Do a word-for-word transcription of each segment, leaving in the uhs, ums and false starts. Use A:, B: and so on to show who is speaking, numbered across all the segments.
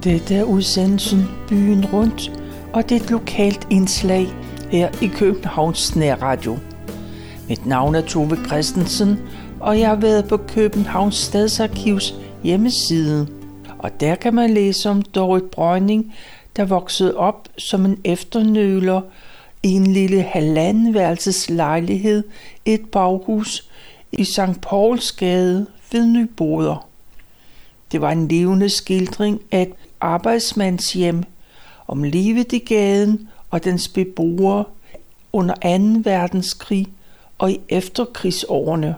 A: Dette er udsendelsen Byen Rundt, og det er et lokalt indslag her i Københavns Nærradio. Mit navn er Tove Christensen, og jeg har været på Københavns Stadsarkivs hjemmeside. Og der kan man læse om Dorrit Brøgning, der voksede op som en efternøler i en lille halvandenværelses lejlighed i et baghus i Sankt Paulsgade ved Nyboder. Det var en levende skildring af et arbejdsmandshjem, om livet i gaden og dens beboere under anden verdenskrig og i efterkrigsårene.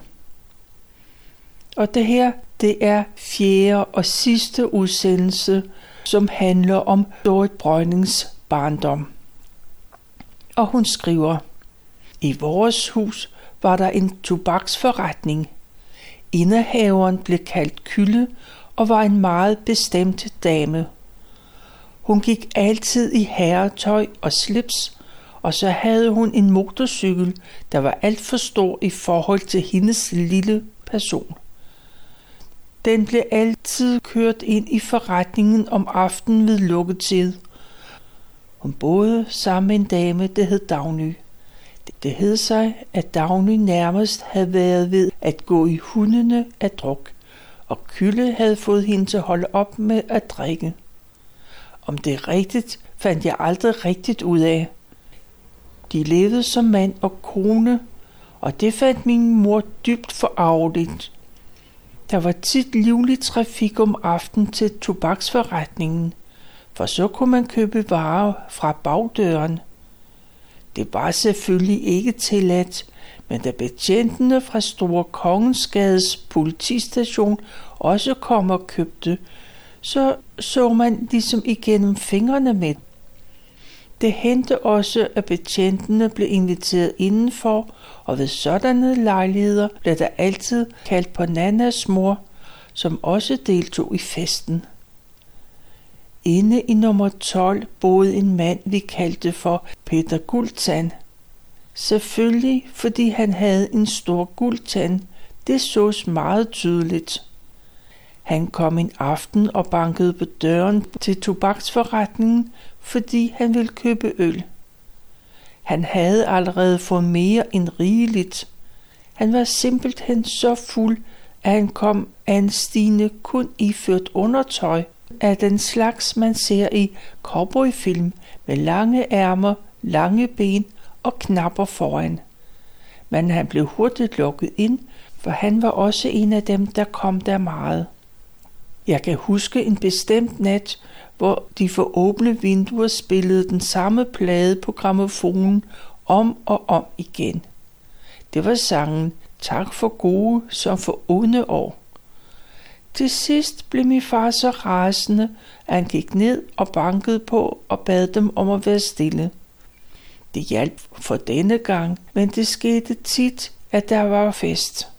A: Og det her, det er fjerde og sidste udsendelse, som handler om Dorrit Brøgnings barndom. Og hun skriver: I vores hus var der en tobaksforretning. Indehaveren blev kaldt Kylle og var en meget bestemt dame. Hun gik altid i herretøj og slips, og så havde hun en motorcykel, der var alt for stor i forhold til hendes lille person. Den blev altid kørt ind i forretningen om aftenen ved lukketid. Hun boede sammen med en dame, der hed Dagny. Det hed sig, at Dagny nærmest havde været ved at gå i hundene af druk, og Kylle havde fået hende til at holde op med at drikke. Om det er rigtigt, fandt jeg aldrig rigtigt ud af. De levede som mand og kone, og det fandt min mor dybt forarveligt. Der var tit livlig trafik om aftenen til tobaksforretningen, for så kunne man købe varer fra bagdøren. Det var selvfølgelig ikke tilladt, men da betjentene fra Store Kongensgades politistation også kom og købte, så så man ligesom igennem fingrene med. Det hændte også, at betjentene blev inviteret indenfor, og ved sådanne lejligheder blev der altid kaldt på Nannas mor, som også deltog i festen. Inde i nummer tolv boede en mand, vi kaldte for Peter Guldtand. Selvfølgelig, fordi han havde en stor guldtand. Det sås meget tydeligt. Han kom en aften og bankede på døren til tobaksforretningen, fordi han ville købe øl. Han havde allerede fået mere end rigeligt. Han var simpelthen så fuld, at han kom af en stigende kun iført undertøj af den slags, man ser i cowboyfilm med lange ærmer, lange ben og knapper foran. Men han blev hurtigt lukket ind, for han var også en af dem, der kom der meget. Jeg kan huske en bestemt nat, hvor de for åbne vinduer spillede den samme plade på grammofonen om og om igen. Det var sangen Tak for gode som for onde år. Til sidst blev min far så rasende, at han gik ned og bankede på og bad dem om at være stille. Det hjalp for denne gang, men det skete tit, at der var fest.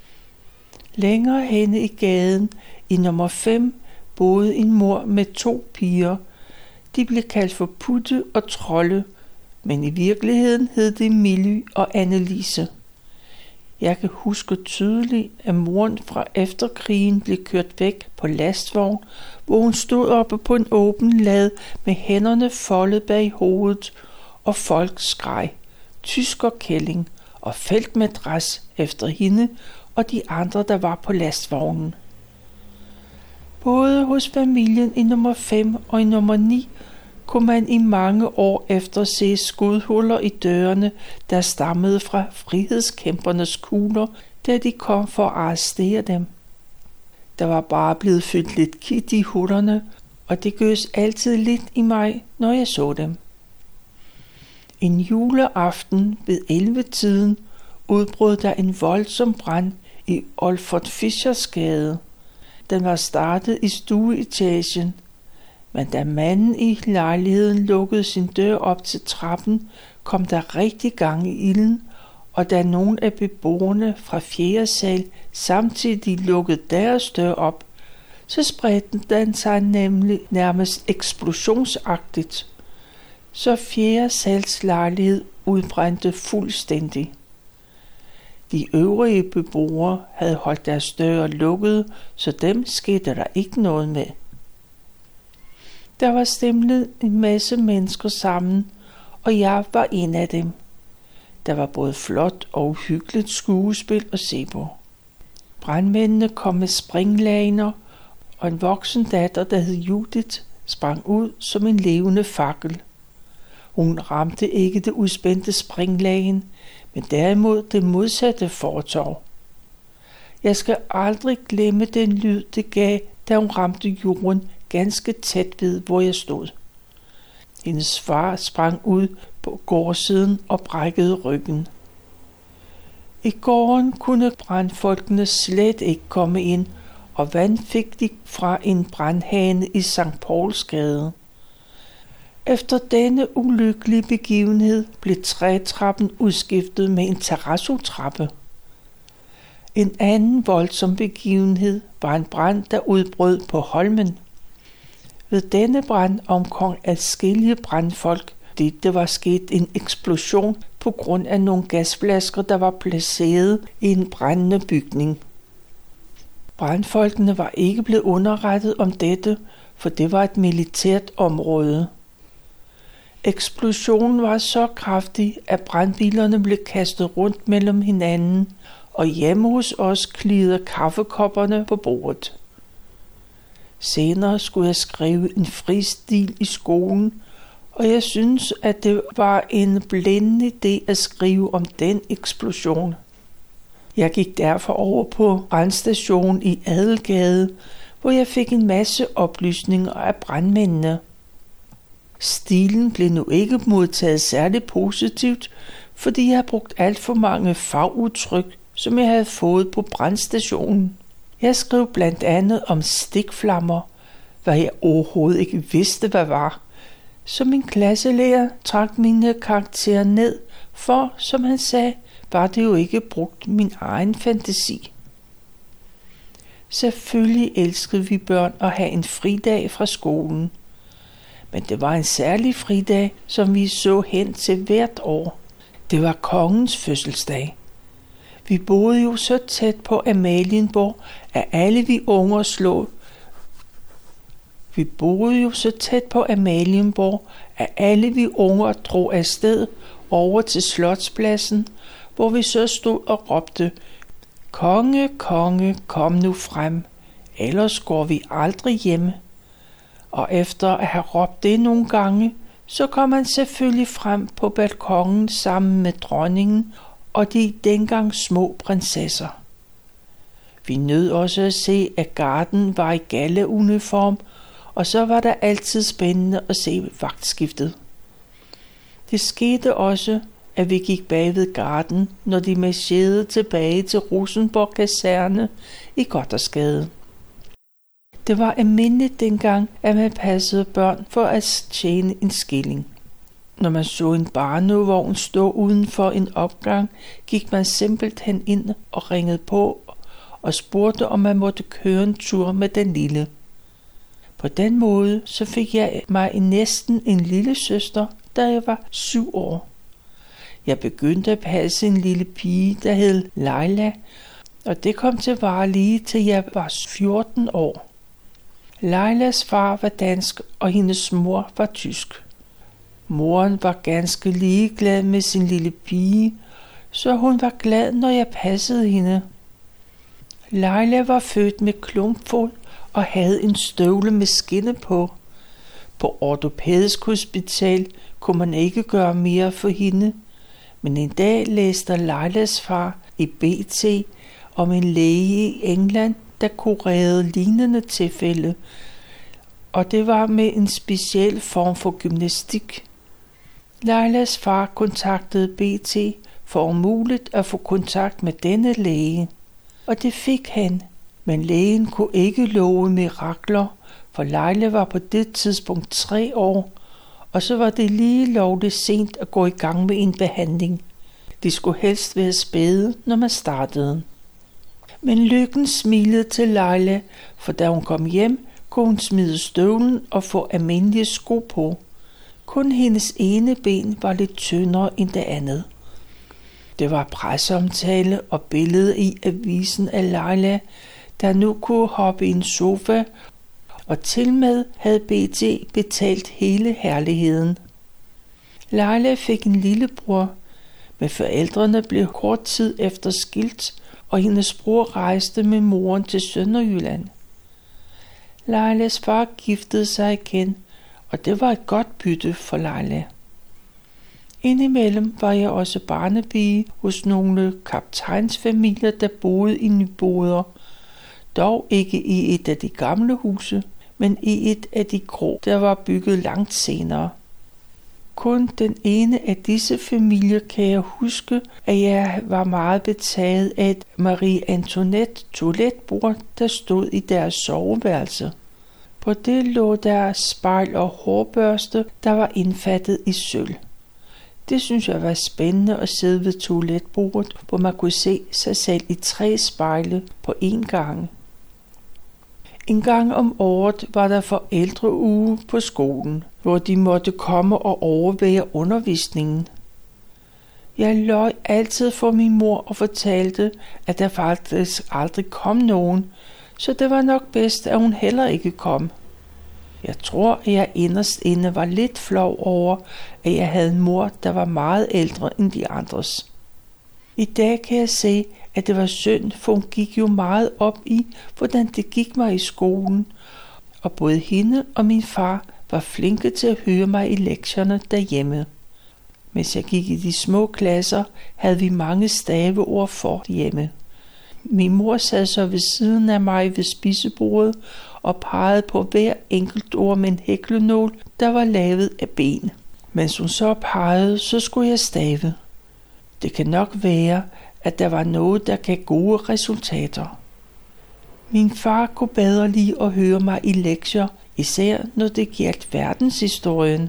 A: Længere henne i gaden, i nummer fem, boede en mor med to piger. De blev kaldt for Putte og Trolle, men i virkeligheden hed de Milly og Annelise. Jeg kan huske tydeligt, at moren fra efterkrigen blev kørt væk på lastvogn, hvor hun stod oppe på en åben lad med hænderne foldet bag hovedet, og folk skreg tyskerkælling og feltmadras efter hende og de andre, der var på lastvognen. Både hos familien i nummer fem og i nummer ni kunne man i mange år efter se skudhuller i dørene, der stammede fra frihedskæmpernes kugler, da de kom for at arrestere dem. Der var bare blevet fyldt lidt kit i hullerne, og det gøs altid lidt i mig, når jeg så dem. En juleaften ved elleve-tiden udbrød der en voldsom brand i Olfert Fischers Gade. Den var startet i stueetagen, men da manden i lejligheden lukkede sin dør op til trappen, kom der rigtig gang i ilden, og da nogle af beboerne fra fjerde sal samtidig lukkede deres dør op, så spredte den sig nemlig nærmest eksplosionsagtigt, så fjerde sals lejlighed udbrændte fuldstændig. De øvrige beboere havde holdt deres døre lukkede, så dem skete der ikke noget med. Der var stemlet en masse mennesker sammen, og jeg var en af dem. Der var både flot og hyggeligt skuespil at se på. Brandmændene kom med springlaner, og en voksen datter, der hed Judith, sprang ud som en levende fakkel. Hun ramte ikke det udspændte springlagen, men derimod det modsatte fortov. Jeg skal aldrig glemme den lyd, det gav, da hun ramte jorden ganske tæt ved, hvor jeg stod. Hendes far sprang ud på gårdsiden og brækkede ryggen. I gården kunne brandfolkene slet ikke komme ind, og vand fik de fra en brandhane i Sankt Paulsgade. Efter denne ulykkelige begivenhed blev trætrappen udskiftet med en terrazzotrappe. En anden voldsom begivenhed var en brand, der udbrød på Holmen. Ved denne brand omkom adskillige brandfolk, det der var sket en eksplosion på grund af nogle gasflasker, der var placeret i en brændende bygning. Brandfolkene var ikke blevet underrettet om dette, for det var et militært område. Eksplosionen var så kraftig, at brandbilerne blev kastet rundt mellem hinanden, og hjemme hos os klirrede kaffekopperne på bordet. Senere skulle jeg skrive en fristil i skolen, og jeg synes, at det var en blændende idé at skrive om den eksplosion. Jeg gik derfor over på brandstationen i Adelgade, hvor jeg fik en masse oplysninger af brandmændene. Stilen blev nu ikke modtaget særligt positivt, fordi jeg havde brugt alt for mange fagudtryk, som jeg havde fået på brandstationen. Jeg skrev blandt andet om stikflammer, hvad jeg overhovedet ikke vidste, hvad var. Så min klasselærer trak mine karakterer ned, for, som han sagde, var det jo ikke brugt min egen fantasi. Selvfølgelig elskede vi børn at have en fridag fra skolen. Men det var en særlig fridag, som vi så hen til hvert år. Det var kongens fødselsdag. Vi boede jo så tæt på Amalienborg, at alle vi unger slog. Vi boede jo så tæt på Amalienborg, at alle vi unger drog afsted over til Slotspladsen, hvor vi så stod og råbte: "Konge, konge, kom nu frem, ellers går vi aldrig hjemme." Og efter at have råbt det nogle gange, så kom han selvfølgelig frem på balkonen sammen med dronningen og de dengang små prinsesser. Vi nød også at se, at garden var i galleuniform, og så var der altid spændende at se vagtskiftet. Det skete også, at vi gik bag ved garden, når de marcherede tilbage til Rosenborg Kaserne i Gothersgade. Det var almindeligt dengang, at man passede børn for at tjene en skilling. Når man så en barnevogn stå uden for en opgang, gik man simpelthen ind og ringede på og spurgte, om man måtte køre en tur med den lille. På den måde så fik jeg mig næsten en lille søster, da jeg var syv år. Jeg begyndte at passe en lille pige, der hed Leila, og det kom til at vare lige til jeg var fjorten år. Leilas far var dansk, og hendes mor var tysk. Moren var ganske ligeglad med sin lille pige, så hun var glad, når jeg passede hende. Leila var født med klumpfod og havde en støvle med skinne på. På ortopædisk hospital kunne man ikke gøre mere for hende, men en dag læste Leilas far i B T om en læge i England, der kurerede lignende tilfælde, og det var med en speciel form for gymnastik. Leilas far kontaktede B T for om muligt at få kontakt med denne læge, og det fik han, men lægen kunne ikke love mirakler, for Leila var på det tidspunkt tre år, og så var det lige lovligt sent at gå i gang med en behandling. De skulle helst være spæde, når man startede. Men lykken smilede til Leila, for da hun kom hjem, kunne hun smide støvlen og få almindelige sko på. Kun hendes ene ben var lidt tyndere end det andet. Det var presseomtale og billede i avisen af Leila, der nu kunne hoppe i en sofa og til med havde B T betalt hele herligheden. Leila fik en lillebror, men forældrene blev kort tid efter skilt, og hendes bror rejste med moren til Sønderjylland. Leilas far giftede sig igen, og det var et godt bytte for Leila. Indimellem var jeg også barnepige hos nogle kaptajnsfamilier, der boede i Nyboder, dog ikke i et af de gamle huse, men i et af de grå, der var bygget langt senere. Kun den ene af disse familier kan jeg huske, at jeg var meget betaget af et Marie Antoinette toiletbord, der stod i deres soveværelse. På det lå der spejl og hårbørste, der var indfattet i sølv. Det synes jeg var spændende at sidde ved toiletbordet, hvor man kunne se sig selv i tre spejle på én gang. En gang om året var der forældreuge på skolen, hvor de måtte komme og overvære undervisningen. Jeg løj altid for min mor og fortalte, at der faktisk aldrig kom nogen, så det var nok bedst, at hun heller ikke kom. Jeg tror, at jeg inderst inde var lidt flov over, at jeg havde en mor, der var meget ældre end de andres. I dag kan jeg se, at det var synd, for hun gik jo meget op i, hvordan det gik mig i skolen, og både hende og min far var flinke til at høre mig i lektierne derhjemme. Mens jeg gik i de små klasser, havde vi mange staveord for hjemme. Min mor sad så ved siden af mig ved spisebordet og pegede på hver enkelt ord med en hæklenål, der var lavet af ben. Mens hun så pegede, så skulle jeg stave. Det kan nok være, at der var noget, der gav gode resultater. Min far kunne bedre lide at høre mig i lektier, især når det gjaldt verdenshistorien.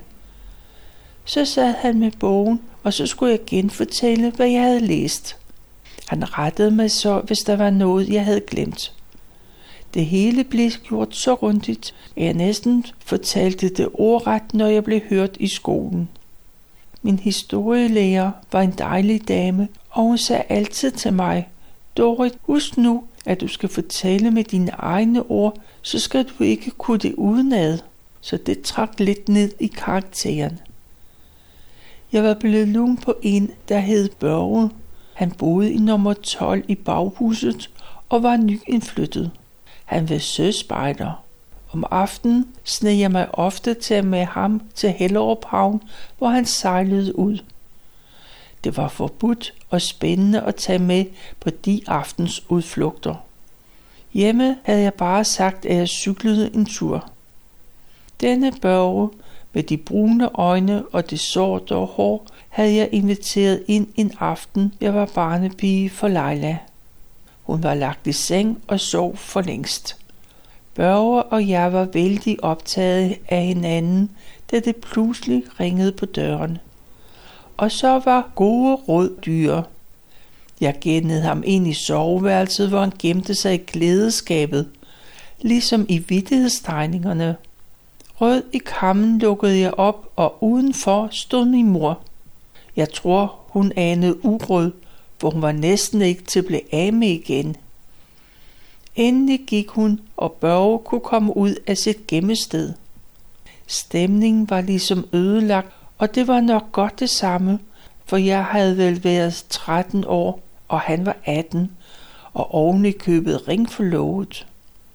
A: Så sad han med bogen, og så skulle jeg genfortælle, hvad jeg havde læst. Han rettede mig så, hvis der var noget, jeg havde glemt. Det hele blev gjort så grundigt, at jeg næsten fortalte det ordret, når jeg blev hørt i skolen. Min historielærer var en dejlig dame, og hun sagde altid til mig, Dorit, husk nu, at du skal fortælle med dine egne ord, så skal du ikke kunne det udenad. Så det trak lidt ned i karakteren. Jeg var blevet lun på en, der hed Børge. Han boede i nummer tolv i baghuset og var nyindflyttet. Han var søspejder. Om aftenen sneg jeg mig ofte til med ham til Hellerup Havn, hvor han sejlede ud. Det var forbudt og spændende at tage med på de aftens udflugter. Hjemme havde jeg bare sagt, at jeg cyklede en tur. Denne Børge med de brune øjne og det sorte hår havde jeg inviteret ind en aften, jeg var barnepige for Leila. Hun var lagt i seng og sov for længst. Børge og jeg var vældig optaget af hinanden, da det pludselig ringede på døren. Og så var gode råd dyre. Jeg gennede ham ind i soveværelset, hvor han gemte sig i klædeskabet, ligesom i vittighedstegningerne. Rød i kammen lukkede jeg op, og udenfor stod min mor. Jeg tror, hun anede uråd, for hun var næsten ikke til at blive af med igen. Endelig gik hun, og Børge kunne komme ud af sit gemmested. Stemningen var ligesom ødelagt, og det var nok godt det samme, for jeg havde vel været tretten år, og han var atten, og oven i købet ringforlovet.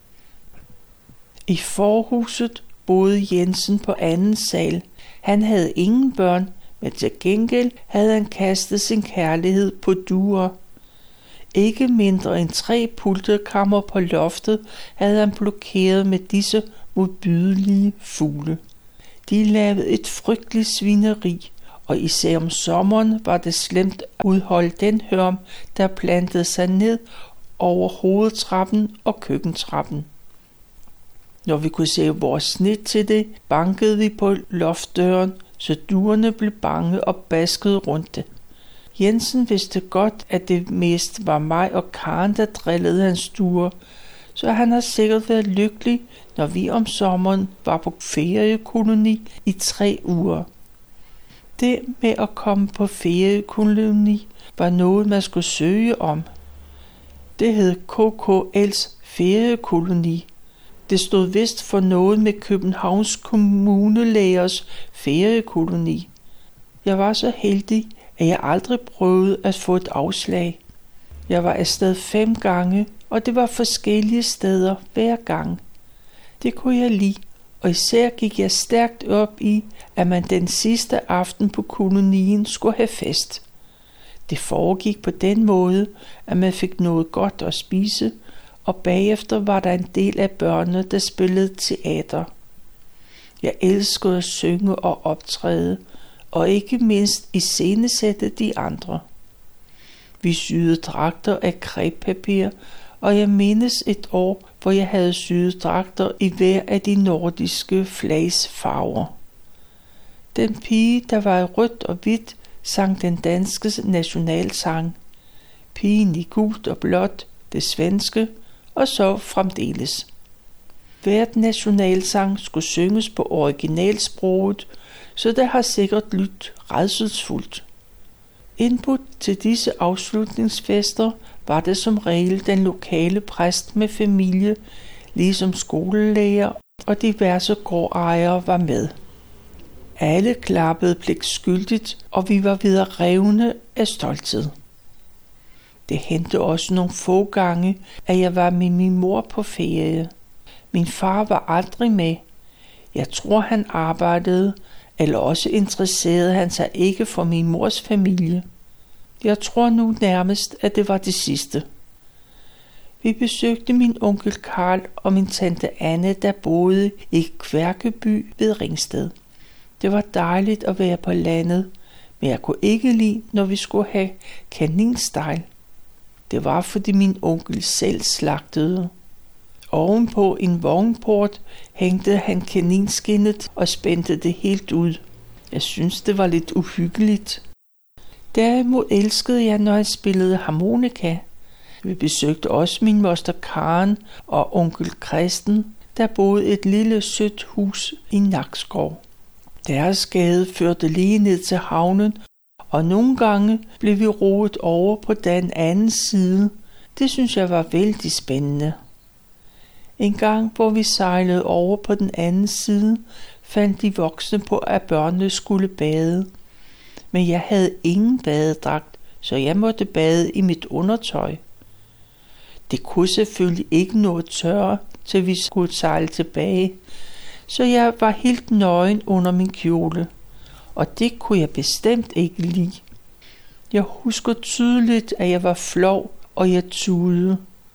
A: I forhuset boede Jensen på anden sal. Han havde ingen børn, men til gengæld havde han kastet sin kærlighed på duer. Ikke mindre end tre pulterkammer på loftet havde han blokeret med disse modbydelige fugle. De lavede et frygteligt svineri, og især om sommeren var det slemt at udholde den hørm, der plantede sig ned over hovedtrappen og køkkentrappen. Når vi kunne se vores snit til det, bankede vi på loftdøren, så duerne blev bange og baskede rundt det. Jensen vidste godt, at det mest var mig og Karen, der drillede hans duer, så han har sikkert været lykkelig, når vi om sommeren var på feriekoloni i tre uger. Det med at komme på feriekoloni var noget, man skulle søge om. Det hed K K L's feriekoloni. Det stod vist for noget med Københavns kommunelægers feriekoloni. Jeg var så heldig, at jeg aldrig prøvede at få et afslag. Jeg var afsted fem gange, og det var forskellige steder hver gang. Det kunne jeg lide, og især gik jeg stærkt op i, at man den sidste aften på kolonien skulle have fest. Det foregik på den måde, at man fik noget godt at spise, og bagefter var der en del af børnene, der spillede teater. Jeg elskede at synge og optræde, og ikke mindst iscenesætte de andre. Vi syede dragter af crepepapir, og jeg mindes et år, hvor jeg havde syet dragter i hver af de nordiske flags farver. Den pige, der var i rødt og hvidt, sang den danske nationalsang. Pigen i gult og blåt, det svenske, og så fremdeles. Hvert nationalsang skulle synges på originalsproget, så det har sikkert lyttet rædselsfuldt. Input til disse afslutningsfester var det som regel den lokale præst med familie, ligesom skolelærer og diverse gårdejere var med. Alle klappede pligtskyldigt, og vi var ved at revne af stolthed. Det hentede også nogle få gange, at jeg var med min mor på ferie. Min far var aldrig med. Jeg tror, han arbejdede, eller også interesserede han sig ikke for min mors familie. Jeg tror nu nærmest, at det var det sidste. Vi besøgte min onkel Karl og min tante Anne, der boede i Kværkeby ved Ringsted. Det var dejligt at være på landet, men jeg kunne ikke lide, når vi skulle have kaninsteg. Det var, fordi min onkel selv slagtede. Ovenpå en vognport hængte han kaninskindet og spændte det helt ud. Jeg synes, det var lidt uhyggeligt. Derimod elskede jeg, når han spillede harmonika. Vi besøgte også min moster Karen og onkel Christen, der boede et lille sødt hus i Nakskov. Deres gade førte lige ned til havnen, og nogle gange blev vi roet over på den anden side. Det synes jeg var vældig spændende. En gang, hvor vi sejlede over på den anden side, fandt de voksne på, at børnene skulle bade. Men jeg havde ingen badedragt, så jeg måtte bade i mit undertøj. Det kunne selvfølgelig ikke nå at tørre, til vi skulle sejle tilbage, så jeg var helt nøgen under min kjole, og det kunne jeg bestemt ikke lide. Jeg husker tydeligt, at jeg var flov, og jeg tudede.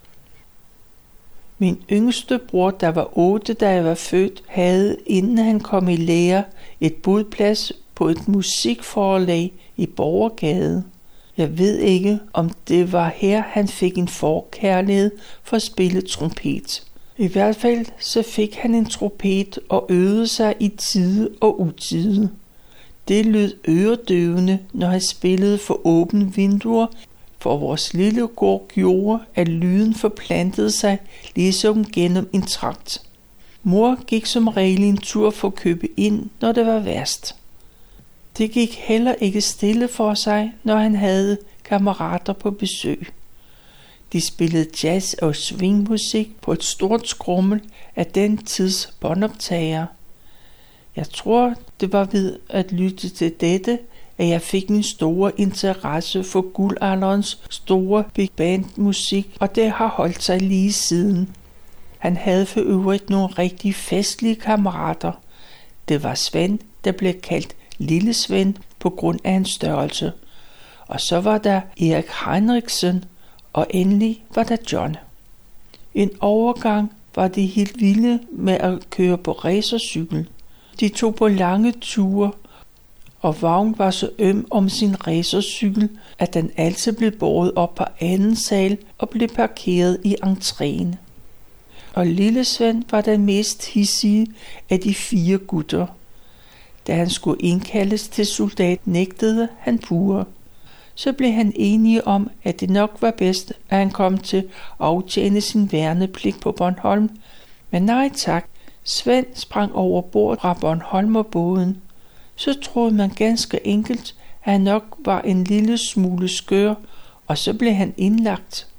A: Min yngste bror, der var otte, da jeg var født, havde, inden han kom i lære, et budplads på et musikforlag i Borgergade. Jeg ved ikke, om det var her, han fik en forkærlighed for at spille trompet. I hvert fald så fik han en trompet og øvede sig i tide og utide. Det lød øredøvende, når han spillede for åbne vinduer, for vores lille gård gjorde, at lyden forplantede sig ligesom gennem en trakt. Mor gik som regel en tur for at købe ind, når det var værst. Det gik heller ikke stille for sig, når han havde kammerater på besøg. De spillede jazz og swingmusik på et stort skrummel af den tids båndoptager. Jeg tror, det var ved at lytte til dette, at jeg fik min store interesse for guldalderens store big band musik, og det har holdt sig lige siden. Han havde for øvrigt nogle rigtig festlige kammerater. Det var Svend, der blev kaldt Lille Svend på grund af hans størrelse. Og så var der Erik Heinrichsen, og endelig var der John. En overgang var de helt vilde med at køre på racercykel. De tog på lange ture, og Vagn var så øm om sin racercykel, at den altid blev båret op på anden sal og blev parkeret i entréen. Og Lille Svend var den mest hissige af de fire gutter. Da han skulle indkaldes til soldat, nægtede han pure. Så blev han enige om, at det nok var bedst, at han kom til at aftjene sin værnepligt på Bornholm. Men nej tak, Svend sprang over bord fra Bornholmerbåden. Så troede man ganske enkelt, at han nok var en lille smule skør, og så blev han indlagt.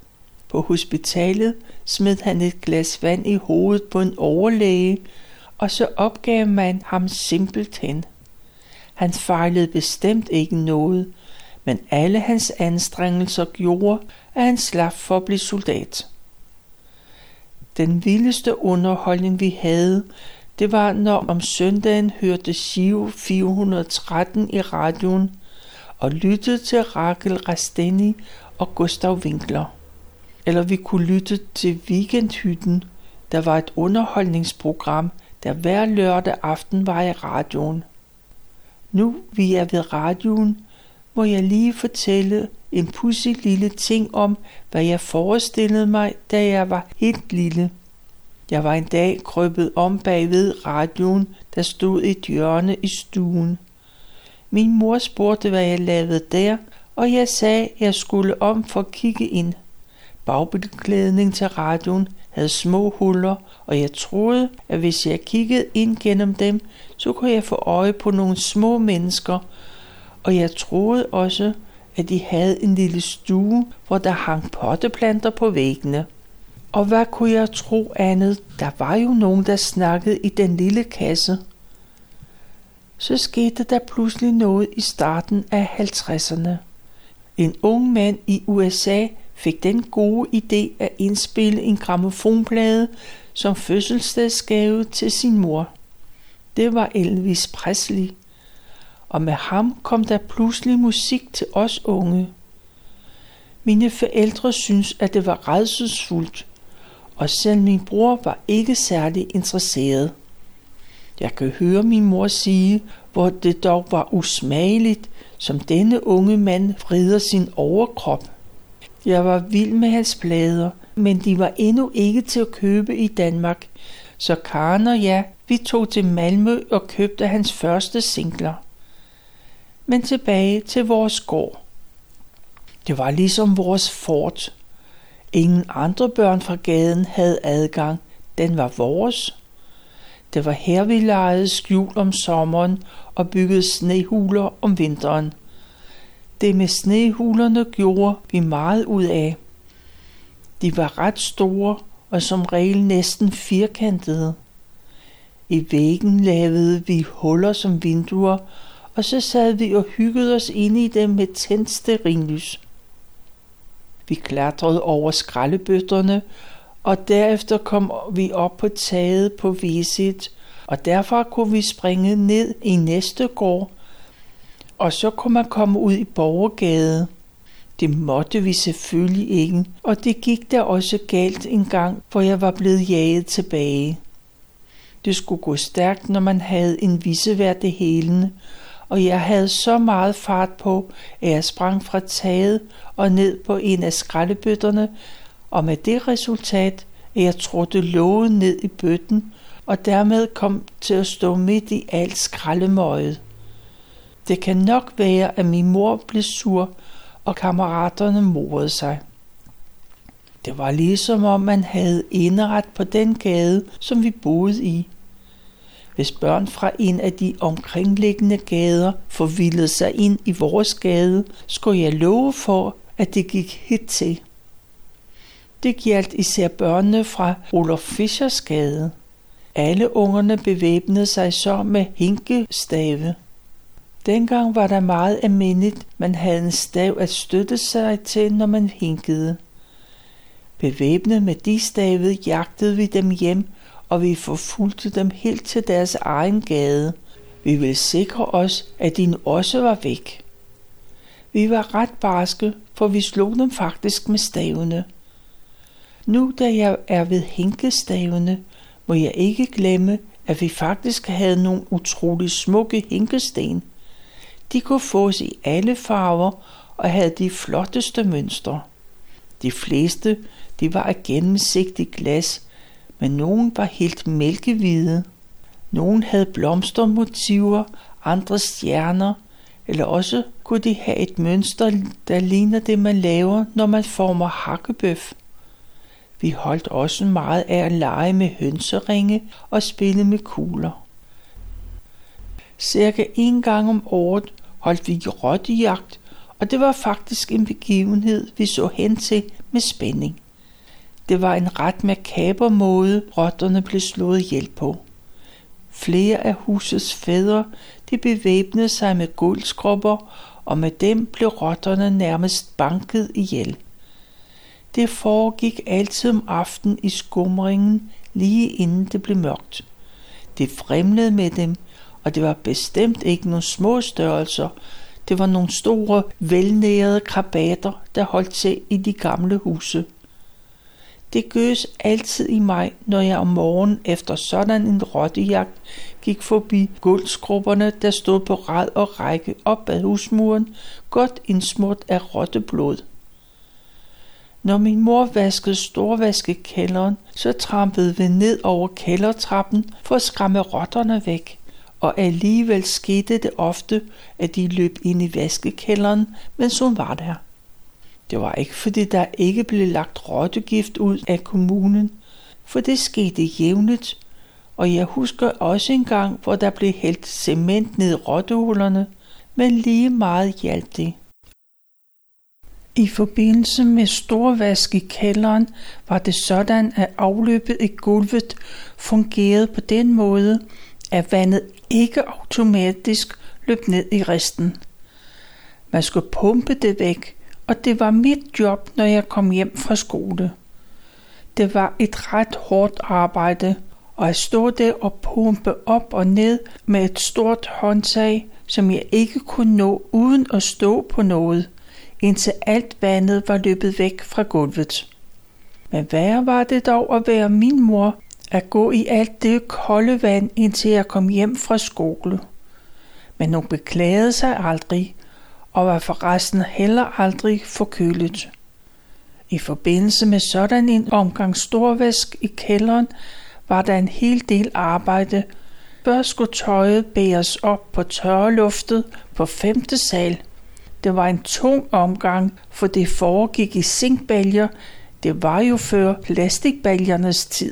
A: På hospitalet smed han et glas vand i hovedet på en overlæge, og så opgav man ham simpelthen. Han fejlede bestemt ikke noget, men alle hans anstrengelser gjorde, at han slap for at blive soldat. Den vildeste underholdning vi havde, det var når om søndagen hørte Giro fire hundrede og tretten i radioen og lyttede til Rachel Rasteni og Gustav Winkler. Eller vi kunne lytte til Weekendhytten, der var et underholdningsprogram, der hver lørdag aften var i radioen. Nu vi er ved radioen, må jeg lige fortælle en pudsig lille ting om, hvad jeg forestillede mig, da jeg var helt lille. Jeg var en dag krøbet om bagved radioen, der stod i et hjørne i stuen. Min mor spurgte, hvad jeg lavede der, og jeg sagde, at jeg skulle om for at kigge ind. Bagbeklædning til radioen havde små huller, og jeg troede, at hvis jeg kiggede ind gennem dem, så kunne jeg få øje på nogle små mennesker, og jeg troede også, at de havde en lille stue, hvor der hang potteplanter på væggene. Og hvad kunne jeg tro andet? Der var jo nogen, der snakkede i den lille kasse. Så skete der pludselig noget i starten af halvtredserne. En ung mand i U S A fik den gode idé at indspille en grammofonplade som fødselsdagsgave til sin mor. Det var Elvis Presley, og med ham kom der pludselig musik til os unge. Mine forældre syntes, at det var rædselsfuldt, og selv min bror var ikke særlig interesseret. Jeg kan høre min mor sige, hvor det dog var usmageligt, som denne unge mand vrider sin overkrop. Jeg var vild med hans plader, men de var endnu ikke til at købe i Danmark, så Karen og jeg, vi tog til Malmø og købte hans første singler. Men tilbage til vores gård. Det var ligesom vores fort. Ingen andre børn fra gaden havde adgang. Den var vores. Det var her, vi legede skjul om sommeren og byggede snehuler om vinteren. Det med snehulerne gjorde vi meget ud af. De var ret store og som regel næsten firkantede. I væggen lavede vi huller som vinduer, og så sad vi og hyggede os inde i dem med tændt stearinlys. Vi klatrede over skraldebøtterne, og derefter kom vi op på taget på Visit, og derfra kunne vi springe ned i næste gård, og så kunne man komme ud i Borgergade. Det måtte vi selvfølgelig ikke, og det gik der også galt en gang, hvor jeg var blevet jaget tilbage. Det skulle gå stærkt, når man havde en visevært i hælene, og jeg havde så meget fart på, at jeg sprang fra taget og ned på en af skraldebøtterne, og med det resultat, at jeg trådte låget ned i bøtten, og dermed kom til at stå midt i alt skraldemøget. Det kan nok være, at min mor blev sur, og kammeraterne morede sig. Det var ligesom om man havde indret på den gade, som vi boede i. Hvis børn fra en af de omkringliggende gader forvildede sig ind i vores gade, skulle jeg love for, at det gik hit til. Det gjaldt især børnene fra Rudolf Fischers gade. Alle ungerne bevæbnede sig så med hinkestave. Dengang var der meget almindeligt, man havde en stav at støtte sig til, når man hinkede. Bevæbnet med de stave jagtede vi dem hjem, og vi forfulgte dem helt til deres egen gade. Vi ville sikre os, at de også var væk. Vi var ret barske, for vi slog dem faktisk med stavene. Nu da jeg er ved hinkestavene, må jeg ikke glemme, at vi faktisk havde nogle utrolig smukke hinkesten. De kunne fås i alle farver og havde de flotteste mønstre. De fleste, de var af gennemsigtigt glas, men nogle var helt mælkehvide. Nogle havde blomstermotiver, andre stjerner, eller også kunne de have et mønster, der ligner det, man laver, når man former hakkebøf. Vi holdt også meget af at lege med hønseringe og spille med kugler. Cirka en gang om året holdt vi rottejagt, og det var faktisk en begivenhed, vi så hen til med spænding. Det var en ret makaber måde, rotterne blev slået ihjel på. Flere af husets fædre, de bevæbnede sig med guldskrubber, og med dem blev rotterne nærmest banket ihjel. Det foregik altid om aftenen i skumringen, lige inden det blev mørkt. Det fremlede med dem, og det var bestemt ikke nogle små størrelser. Det var nogle store, velnærede krabater, der holdt til i de gamle huse. Det gøs altid i mig, når jeg om morgenen efter sådan en rottejagt gik forbi gulvskrubberne, der stod på rad og række op ad husmuren, godt indsmurt af rotteblod. Når min mor vaskede storvaskekælderen, så trampede vi ned over kældertrappen for at skræmme rotterne væk, og alligevel skete det ofte, at de løb ind i vaskekælderen, mens hun var der. Det var ikke, fordi der ikke blev lagt rottegift ud af kommunen, for det skete jævnligt, og jeg husker også en gang, hvor der blev hældt cement ned i rottehullerne, men lige meget hjalp det. I forbindelse med storvask i kælderen var det sådan, at afløbet i gulvet fungerede på den måde, at vandet ikke automatisk løb ned i resten. Man skulle pumpe det væk, og det var mit job, når jeg kom hjem fra skole. Det var et ret hårdt arbejde, og at stå der og pumpe op og ned med et stort håndtag, som jeg ikke kunne nå uden at stå på noget, indtil alt vandet var løbet væk fra gulvet. Men værre var det dog at være min mor, at gå i alt det kolde vand, indtil jeg kom hjem fra skole. Men hun beklagede sig aldrig, og var forresten heller aldrig forkølet. I forbindelse med sådan en omgang storvask i kælderen, var der en hel del arbejde. Først skulle tøjet bæres op på tørreluftet på femte sal. Det var en tung omgang, for det foregik i zinkbaljer. Det var jo før plastikbaljernes tid.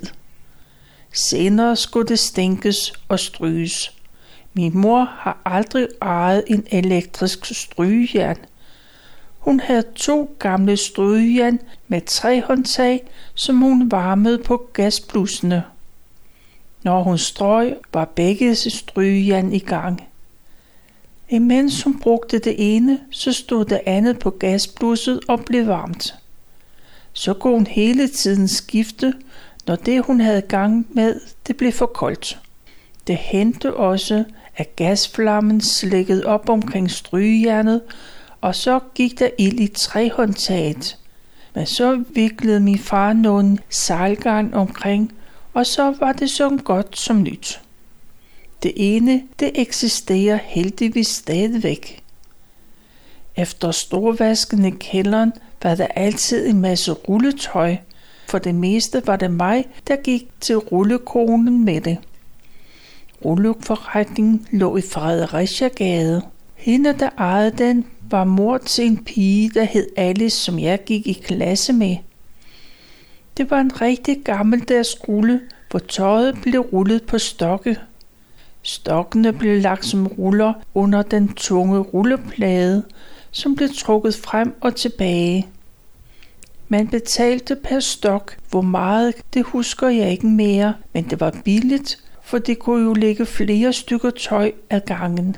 A: Senere skulle det stinkes og stryges. Min mor har aldrig ejet en elektrisk strygejern. Hun havde to gamle strygejern med tre håndtag, som hun varmede på gasblussene. Når hun strøg, var begge strygejern i gang. Imens hun brugte det ene, så stod det andet på gasblusset og blev varmt. Så kunne hun hele tiden skifte, når det hun havde gang med, det blev for koldt. Det hændte også, at gasflammen slækkede op omkring strygejernet, og så gik der ild i trehåndtaget. Men så viklede min far nogle sejlgarn omkring, og så var det så godt som nyt. Det ene, det eksisterer heldigvis stadigvæk. Efter storvasken i kælderen var der altid en masse rulletøj. For det meste var det mig, der gik til rullekonen med det. Rulleforretningen lå i Fredericiagade. Hende, der ejede den, var mor til en pige, der hed Alice, som jeg gik i klasse med. Det var en rigtig gammeldags rulle, hvor tøjet blev rullet på stokke. Stokkene blev lagt som ruller under den tunge rulleplade, som blev trukket frem og tilbage. Man betalte per stok, hvor meget, det husker jeg ikke mere, men det var billigt, for det kunne jo ligge flere stykker tøj ad gangen.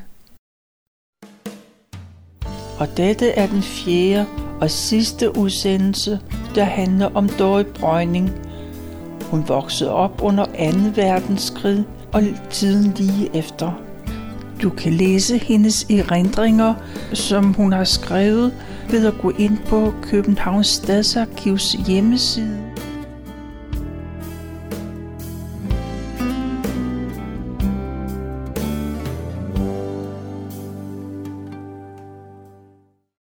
A: Og dette er den fjerde og sidste udsendelse, der handler om Dorrit Brøgning. Hun voksede op under anden verdenskrig og tiden lige efter. Du kan læse hendes erindringer, som hun har skrevet, ved at gå ind på Københavns Stadsarkivs hjemmeside.